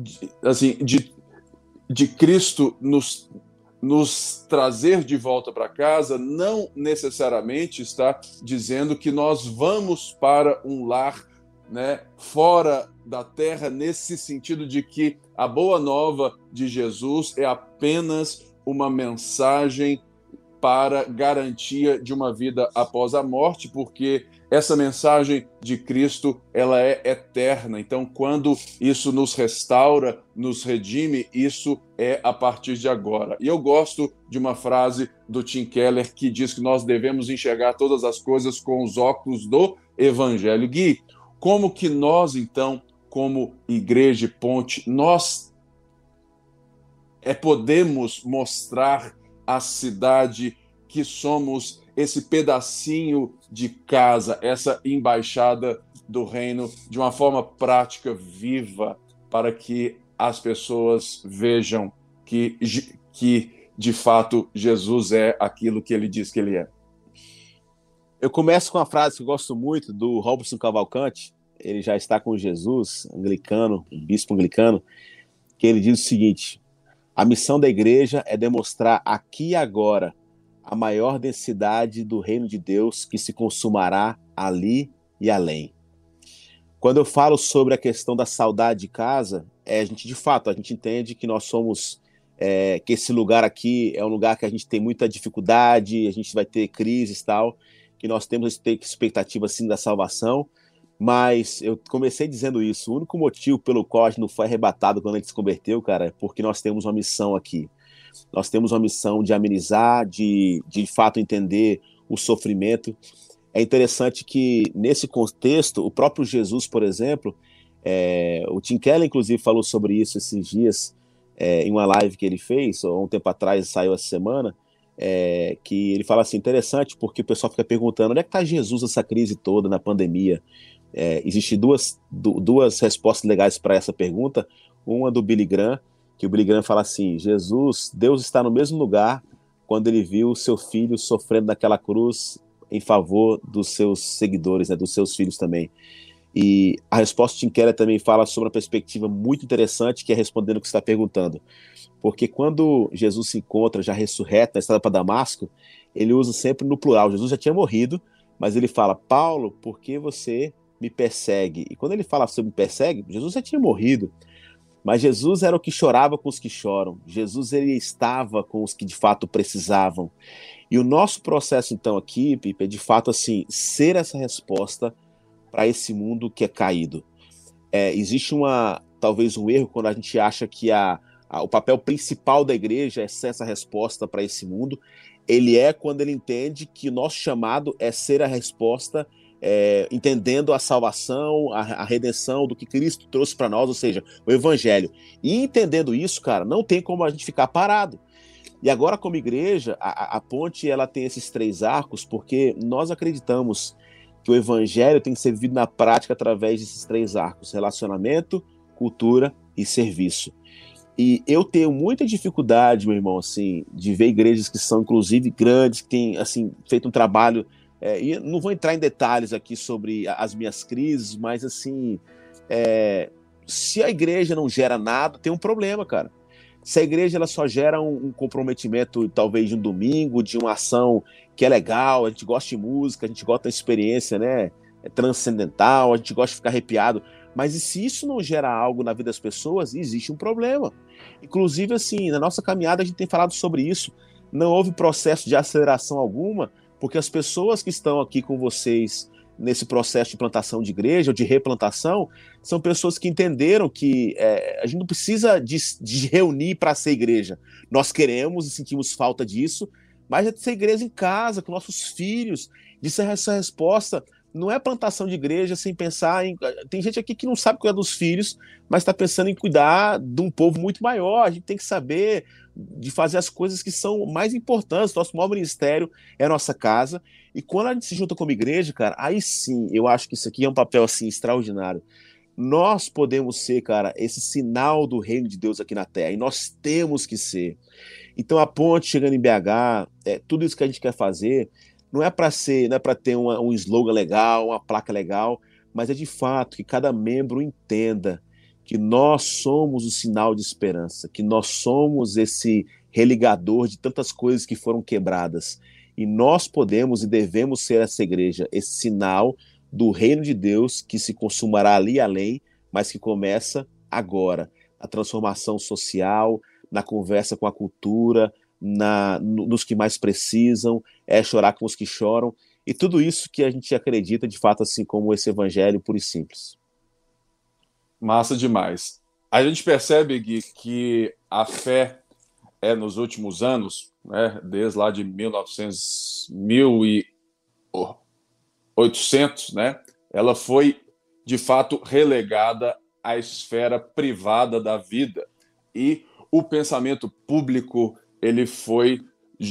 Cristo nos trazer de volta para casa não necessariamente está dizendo que nós vamos para um lar, né, fora da terra, nesse sentido de que a boa nova de Jesus é apenas uma mensagem para garantia de uma vida após a morte, porque essa mensagem de Cristo, ela é eterna. Então, quando isso nos restaura, nos redime, isso é a partir de agora. E eu gosto de uma frase do Tim Keller que diz que nós devemos enxergar todas as coisas com os óculos do Evangelho. Gui, como que nós, então, como Igreja Ponte, nós podemos mostrar à cidade que somos esse pedacinho de casa, essa embaixada do reino, de uma forma prática, viva, para que as pessoas vejam que de fato Jesus é aquilo que ele diz que ele é. Eu começo com uma frase que eu gosto muito do Robson Cavalcante. Ele já está com Jesus, anglicano, um bispo anglicano, que ele diz o seguinte: a missão da igreja é demonstrar aqui e agora a maior densidade do reino de Deus que se consumará ali e além. Quando eu falo sobre a questão da saudade de casa, a gente entende que nós somos, que esse lugar aqui é um lugar que a gente tem muita dificuldade, a gente vai ter crises e tal, que nós temos expectativa assim da salvação, mas eu comecei dizendo isso, o único motivo pelo qual a gente não foi arrebatado quando a gente se converteu, cara, é porque nós temos uma missão aqui. Nós temos uma missão de amenizar, de fato entender o sofrimento. É interessante que, nesse contexto, o próprio Jesus, por exemplo, o Tim Keller, inclusive, falou sobre isso esses dias, em uma live que ele fez, ou um tempo atrás, saiu essa semana, que ele fala assim, interessante, porque o pessoal fica perguntando, onde é que está Jesus nessa crise toda, na pandemia? Existem duas respostas legais para essa pergunta, uma do Billy Graham, que o Billy Graham fala assim, Deus está no mesmo lugar quando ele viu o seu filho sofrendo naquela cruz em favor dos seus seguidores, né, dos seus filhos também. E a resposta de Tim Keller também fala sobre uma perspectiva muito interessante, que é respondendo o que você está perguntando. Porque quando Jesus se encontra já ressurreto na estrada para Damasco, ele usa sempre no plural. Jesus já tinha morrido, mas ele fala, Paulo, por que você me persegue? E quando ele fala sobre me persegue, Jesus já tinha morrido. Mas Jesus era o que chorava com os que choram. Jesus, ele estava com os que de fato precisavam. E o nosso processo, então, aqui, Pipe, é de fato assim, ser essa resposta para esse mundo que é caído. Existe talvez um erro quando a gente acha que o papel principal da igreja é ser essa resposta para esse mundo. Ele quando ele entende que o nosso chamado é ser a resposta, entendendo a salvação, a redenção do que Cristo trouxe para nós, ou seja, o Evangelho. E entendendo isso, cara, não tem como a gente ficar parado. E agora, como igreja, a Ponte ela tem esses 3 arcos, porque nós acreditamos que o Evangelho tem que ser vivido na prática através desses 3 arcos: relacionamento, cultura e serviço. E eu tenho muita dificuldade, meu irmão, assim, de ver igrejas que são, inclusive, grandes, que têm, assim, feito um trabalho. E não vou entrar em detalhes aqui sobre as minhas crises, mas, assim, se a igreja não gera nada, tem um problema, cara. Se a igreja ela só gera um comprometimento, talvez, de um domingo, de uma ação que é legal, a gente gosta de música, a gente gosta da experiência, né, transcendental, a gente gosta de ficar arrepiado, mas e se isso não gera algo na vida das pessoas, existe um problema. Inclusive, assim, na nossa caminhada a gente tem falado sobre isso, não houve processo de aceleração alguma, porque as pessoas que estão aqui com vocês nesse processo de plantação de igreja ou de replantação, são pessoas que entenderam que a gente não precisa de reunir para ser igreja. Nós queremos e sentimos falta disso, mas é de ser igreja em casa, com nossos filhos, de ser essa resposta não é plantação de igreja sem pensar em... Tem gente aqui que não sabe cuidar dos filhos, mas está pensando em cuidar de um povo muito maior. A gente tem que saber de fazer as coisas que são mais importantes. Nosso maior ministério é a nossa casa. E quando a gente se junta como igreja, cara, aí sim, eu acho que isso aqui é um papel assim extraordinário. Nós podemos ser, cara, esse sinal do reino de Deus aqui na Terra. E nós temos que ser. Então a ponte chegando em BH, tudo isso que a gente quer fazer, não é para ser, não é para ter um slogan legal, uma placa legal, mas é de fato que cada membro entenda que nós somos o sinal de esperança, que nós somos esse religador de tantas coisas que foram quebradas. E nós podemos e devemos ser essa igreja, esse sinal do reino de Deus que se consumará ali além, mas que começa agora. A transformação social, na conversa com a cultura, nos que mais precisam, chorar com os que choram, e tudo isso que a gente acredita de fato, assim como esse evangelho puro e simples. Massa demais. A gente percebe, Gui, que a fé nos últimos anos, né, desde lá de 1800, né, ela foi de fato relegada à esfera privada da vida, e o pensamento público ele foi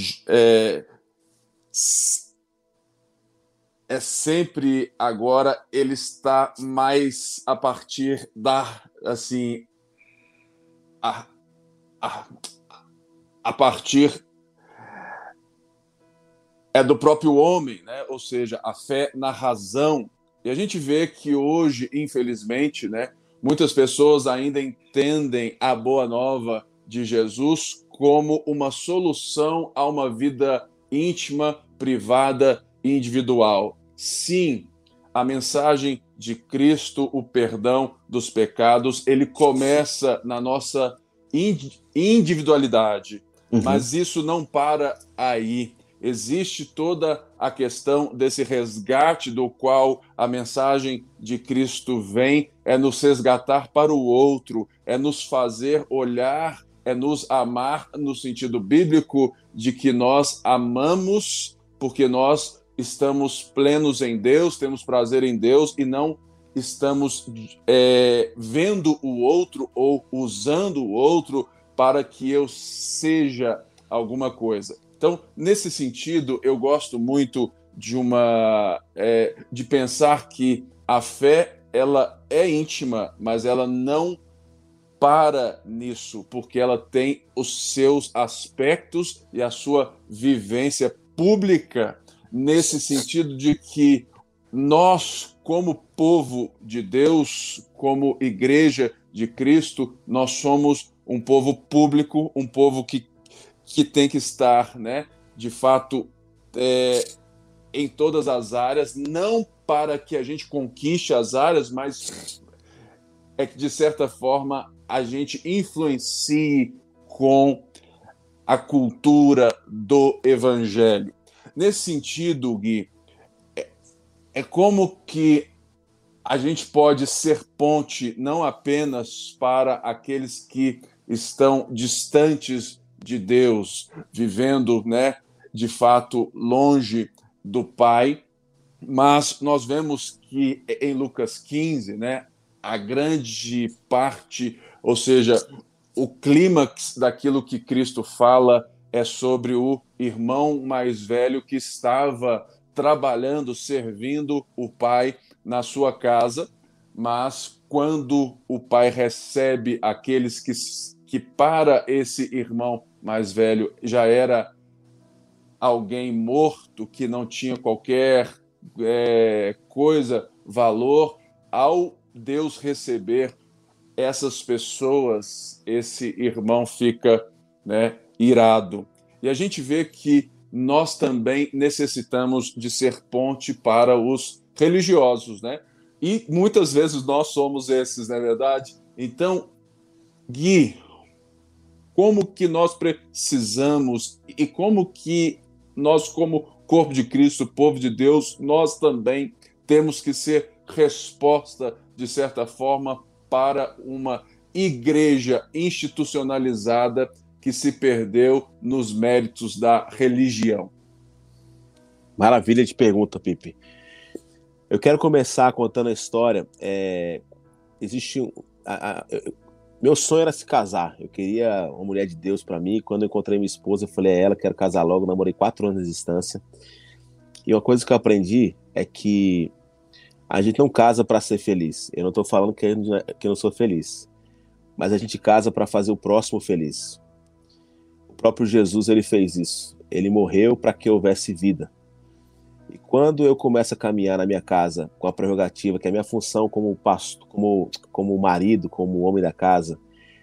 sempre agora ele está mais a partir da assim a partir do próprio homem, né? Ou seja, a fé na razão. E a gente vê que hoje, infelizmente, né, muitas pessoas ainda entendem a boa nova de Jesus como uma solução a uma vida íntima, privada e individual. Sim, a mensagem de Cristo, o perdão dos pecados, ele começa na nossa individualidade, mas isso não para aí. Existe toda a questão desse resgate do qual a mensagem de Cristo vem, é nos resgatar para o outro, é nos fazer olhar, é nos amar no sentido bíblico de que nós amamos porque nós estamos plenos em Deus, temos prazer em Deus e não estamos vendo o outro ou usando o outro para que eu seja alguma coisa. Então, nesse sentido, eu gosto muito de pensar que a fé ela é íntima, mas ela não para nisso, porque ela tem os seus aspectos e a sua vivência pública, nesse sentido de que nós, como povo de Deus, como igreja de Cristo, nós somos um povo público, um povo que tem que estar, né, de fato, em todas as áreas, não para que a gente conquiste as áreas, mas que, de certa forma, a gente influencie com a cultura do evangelho. Nesse sentido, Gui, é como que a gente pode ser ponte não apenas para aqueles que estão distantes de Deus, vivendo, né, de fato, longe do Pai, mas nós vemos que em Lucas 15, né, a grande parte, ou seja, o clímax daquilo que Cristo fala é sobre o irmão mais velho que estava trabalhando, servindo o pai na sua casa, mas quando o pai recebe aqueles que para esse irmão mais velho já era alguém morto, que não tinha qualquer coisa, valor, ao Deus receber essas pessoas, esse irmão fica, né, irado. E a gente vê que nós também necessitamos de ser ponte para os religiosos, né? E muitas vezes nós somos esses, não é verdade? Então, Gui, como que nós precisamos e como que nós, como corpo de Cristo, povo de Deus, nós também temos que ser resposta, de certa forma, para uma igreja institucionalizada que se perdeu nos méritos da religião? Maravilha de pergunta, Pipe. Eu quero começar contando a história. Existe meu sonho era se casar. Eu queria uma mulher de Deus para mim. Quando eu encontrei minha esposa, eu falei a ela, quero casar logo. Eu namorei 4 anos de distância. E uma coisa que eu aprendi é que a gente não casa para ser feliz. Eu não estou falando que eu não sou feliz, mas a gente casa para fazer o próximo feliz. O próprio Jesus, ele fez isso. Ele morreu para que houvesse vida. E quando eu começo a caminhar na minha casa com a prerrogativa, que é a minha função como pastor, como marido, como homem da casa,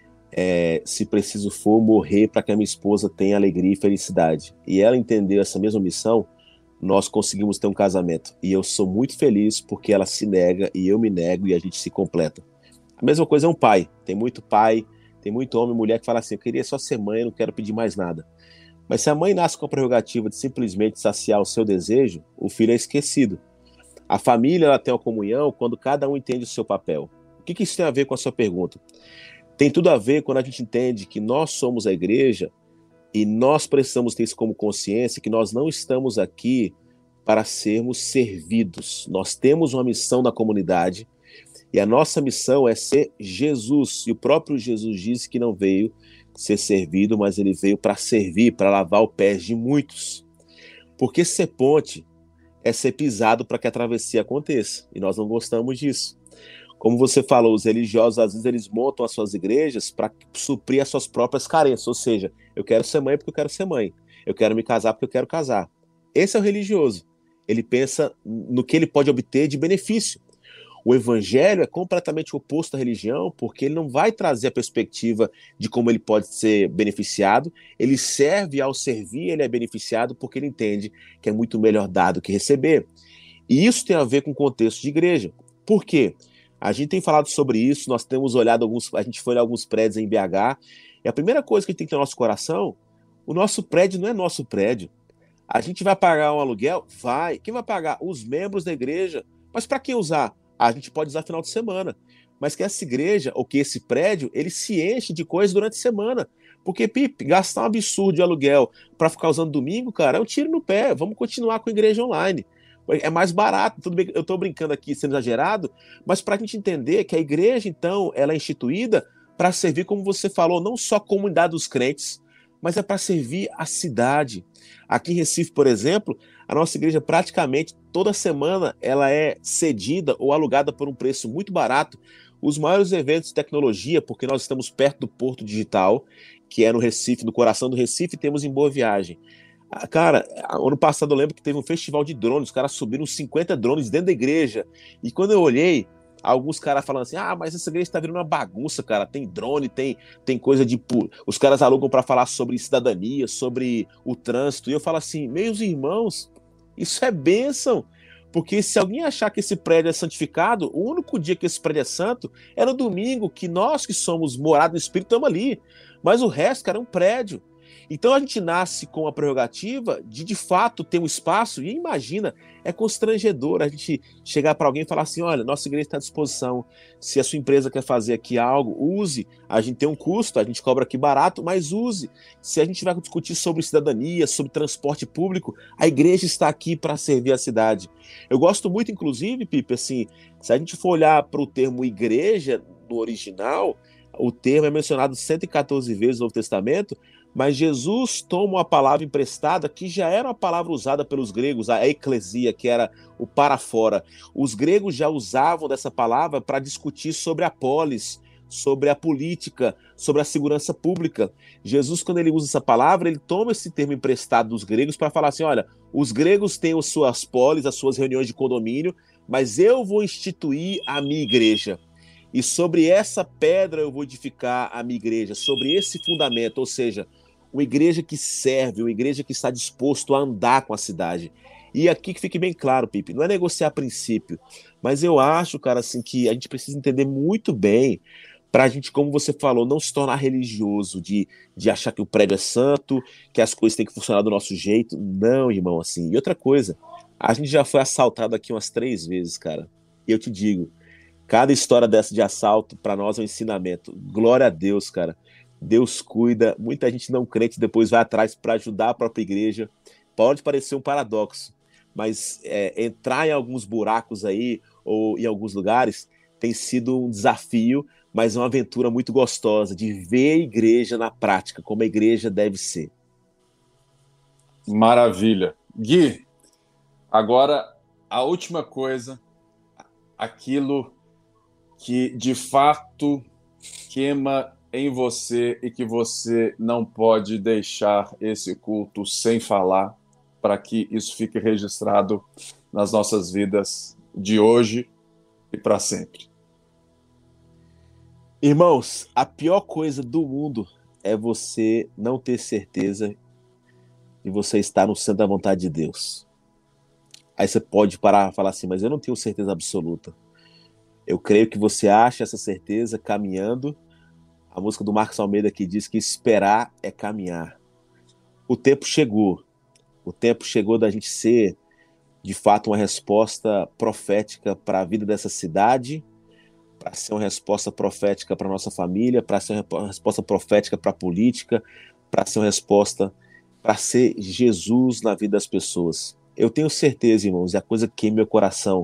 se preciso for, morrer para que a minha esposa tenha alegria e felicidade. E ela entendeu essa mesma missão, nós conseguimos ter um casamento. E eu sou muito feliz porque ela se nega e eu me nego e a gente se completa. A mesma coisa é um pai. Tem muito homem e mulher que fala assim, eu queria só ser mãe, eu não quero pedir mais nada. Mas se a mãe nasce com a prerrogativa de simplesmente saciar o seu desejo, o filho é esquecido. A família ela tem uma comunhão quando cada um entende o seu papel. O que isso tem a ver com a sua pergunta? Tem tudo a ver quando a gente entende que nós somos a igreja e nós precisamos ter isso como consciência, que nós não estamos aqui para sermos servidos. Nós temos uma missão na comunidade e a nossa missão é ser Jesus. E o próprio Jesus disse que não veio ser servido, mas ele veio para servir, para lavar os pés de muitos. Porque ser ponte é ser pisado para que a travessia aconteça. E nós não gostamos disso. Como você falou, os religiosos, às vezes, eles montam as suas igrejas para suprir as suas próprias carências. Ou seja, eu quero ser mãe porque eu quero ser mãe. Eu quero me casar porque eu quero casar. Esse é o religioso. Ele pensa no que ele pode obter de benefício. O evangelho é completamente oposto à religião, porque ele não vai trazer a perspectiva de como ele pode ser beneficiado. Ele serve, ao servir, ele é beneficiado porque ele entende que é muito melhor dar do que receber. E isso tem a ver com o contexto de igreja. Por quê? A gente tem falado sobre isso, nós temos olhado a gente foi olhar alguns prédios em BH, e a primeira coisa que a gente tem que ter no nosso coração, o nosso prédio não é nosso prédio. A gente vai pagar um aluguel? Vai. Quem vai pagar? Os membros da igreja. Mas para que usar? A gente pode usar final de semana. Mas que essa igreja, ou que esse prédio, ele se enche de coisas durante a semana. Porque, Pipe, gastar um absurdo de aluguel para ficar usando domingo, cara, é um tiro no pé. Vamos continuar com a igreja online. É mais barato, tudo bem, eu estou brincando aqui, sendo exagerado, mas para a gente entender que a igreja, então, ela é instituída para servir, como você falou, não só a comunidade dos crentes, mas é para servir a cidade. Aqui em Recife, por exemplo, a nossa igreja praticamente toda semana ela é cedida ou alugada por um preço muito barato. Os maiores eventos de tecnologia, porque nós estamos perto do Porto Digital, que é no Recife, no coração do Recife, temos em Boa Viagem. Cara, ano passado eu lembro que teve um festival de drones, os caras subiram 50 drones dentro da igreja. E quando eu olhei, alguns caras falando assim, mas essa igreja tá virando uma bagunça, cara, tem drone, tem coisa de... Os caras alugam para falar sobre cidadania, sobre o trânsito, e eu falo assim, meus irmãos, isso é bênção, porque se alguém achar que esse prédio é santificado, o único dia que esse prédio é santo é no domingo, que nós que somos morados no Espírito estamos ali, mas o resto, cara, é um prédio. Então a gente nasce com a prerrogativa de fato ter um espaço, e imagina, é constrangedor a gente chegar para alguém e falar assim, olha, nossa igreja está à disposição, se a sua empresa quer fazer aqui algo, use, a gente tem um custo, a gente cobra aqui barato, mas use. Se a gente vai discutir sobre cidadania, sobre transporte público, a igreja está aqui para servir a cidade. Eu gosto muito, inclusive, Pipe, assim, se a gente for olhar para o termo igreja no original, o termo é mencionado 114 vezes no Novo Testamento, mas Jesus toma uma palavra emprestada que já era uma palavra usada pelos gregos, a eclesia, que era o para fora. Os gregos já usavam dessa palavra para discutir sobre a polis, sobre a política, sobre a segurança pública. Jesus, quando ele usa essa palavra, ele toma esse termo emprestado dos gregos para falar assim, olha, os gregos têm as suas polis, as suas reuniões de condomínio, mas eu vou instituir a minha igreja. E sobre essa pedra eu vou edificar a minha igreja, sobre esse fundamento, ou seja, uma igreja que serve, uma igreja que está disposto a andar com a cidade. E aqui que fique bem claro, Pipe, não é negociar a princípio, mas eu acho, cara, assim, que a gente precisa entender muito bem para a gente, como você falou, não se tornar religioso, de achar que o prédio é santo, que as coisas têm que funcionar do nosso jeito. Não, irmão, assim. E outra coisa, a gente já foi assaltado aqui umas 3 vezes, cara. E eu te digo, cada história dessa de assalto, para nós, é um ensinamento. Glória a Deus, cara. Deus cuida. Muita gente não crente depois vai atrás para ajudar a própria igreja. Pode parecer um paradoxo, mas entrar em alguns buracos aí, ou em alguns lugares, tem sido um desafio, mas é uma aventura muito gostosa de ver a igreja na prática, como a igreja deve ser. Maravilha. Gui, agora a última coisa, aquilo que de fato queima em você e que você não pode deixar esse culto sem falar, para que isso fique registrado nas nossas vidas de hoje e para sempre. Irmãos, a pior coisa do mundo é você não ter certeza de você estar no centro da vontade de Deus. Aí você pode parar e falar assim, mas eu não tenho certeza absoluta. Eu creio que você acha essa certeza caminhando. A música do Marcos Almeida que diz que esperar é caminhar. O tempo chegou. O tempo chegou da gente ser, de fato, uma resposta profética para a vida dessa cidade, para ser uma resposta profética para a nossa família, para ser uma resposta profética para a política, para ser uma resposta para ser Jesus na vida das pessoas. Eu tenho certeza, irmãos, e a coisa que queima meu coração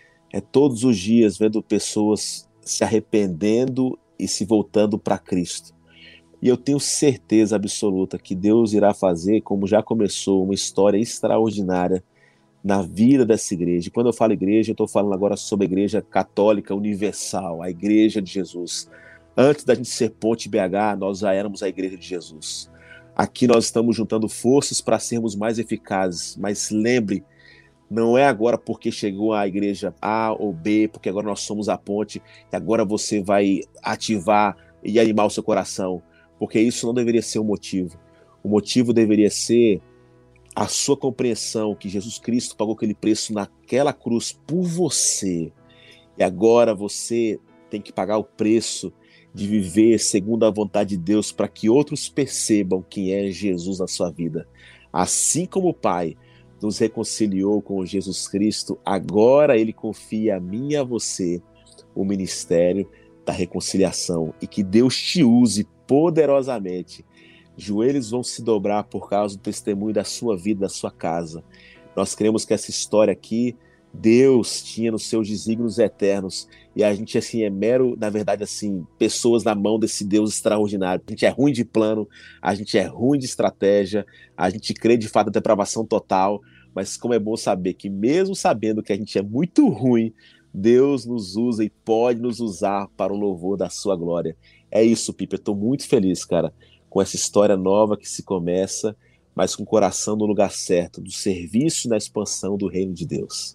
é todos os dias vendo pessoas se arrependendo e se voltando para Cristo. E eu tenho certeza absoluta que Deus irá fazer, como já começou, uma história extraordinária na vida dessa igreja. E quando eu falo igreja, eu estou falando agora sobre a igreja católica universal, a igreja de Jesus. Antes da gente ser Ponte BH, nós já éramos a igreja de Jesus. Aqui nós estamos juntando forças para sermos mais eficazes, mas lembre, não é agora porque chegou a igreja A ou B, porque agora nós somos a ponte, e agora você vai ativar e animar o seu coração, porque isso não deveria ser o motivo. O motivo deveria ser a sua compreensão que Jesus Cristo pagou aquele preço naquela cruz por você, e agora você tem que pagar o preço de viver segundo a vontade de Deus para que outros percebam quem é Jesus na sua vida. Assim como o Pai nos reconciliou com Jesus Cristo, agora Ele confia a mim e a você o ministério da reconciliação, e que Deus te use poderosamente. Joelhos vão se dobrar por causa do testemunho da sua vida, da sua casa. Nós cremos que essa história aqui, Deus tinha nos seus desígnios eternos, e a gente assim é mero, na verdade assim, pessoas na mão desse Deus extraordinário. A gente é ruim de plano, a gente é ruim de estratégia, a gente crê de fato na depravação total, mas como é bom saber que mesmo sabendo que a gente é muito ruim, Deus nos usa e pode nos usar para o louvor da sua glória. É isso, Pipe, eu estou muito feliz, cara, com essa história nova que se começa, mas com o coração no lugar certo, do serviço e na expansão do reino de Deus.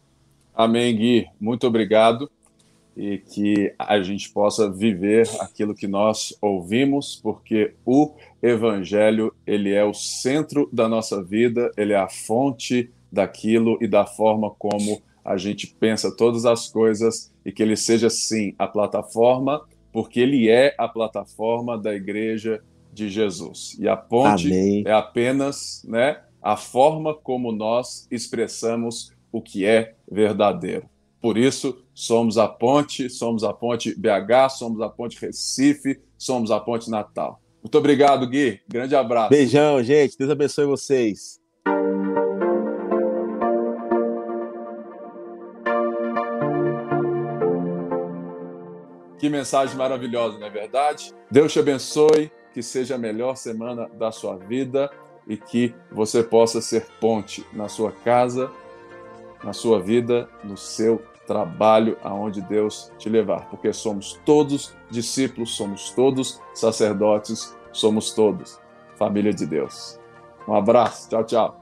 Amém, Gui. Muito obrigado, e que a gente possa viver aquilo que nós ouvimos, porque o Evangelho, ele é o centro da nossa vida, ele é a fonte daquilo e da forma como a gente pensa todas as coisas, e que ele seja, sim, a plataforma, porque ele é a plataforma da Igreja de Jesus. E a ponte Amém. é apenas, né, a forma como nós expressamos o que é verdadeiro. Por isso, somos a ponte BH, somos a ponte Recife, somos a ponte Natal. Muito obrigado, Gui. Grande abraço. Beijão, gente. Deus abençoe vocês. Que mensagem maravilhosa, não é verdade? Deus te abençoe, que seja a melhor semana da sua vida e que você possa ser ponte na sua casa, na sua vida, no seu trabalho, aonde Deus te levar, porque somos todos discípulos, somos todos sacerdotes, somos todos família de Deus. Um abraço, tchau, tchau.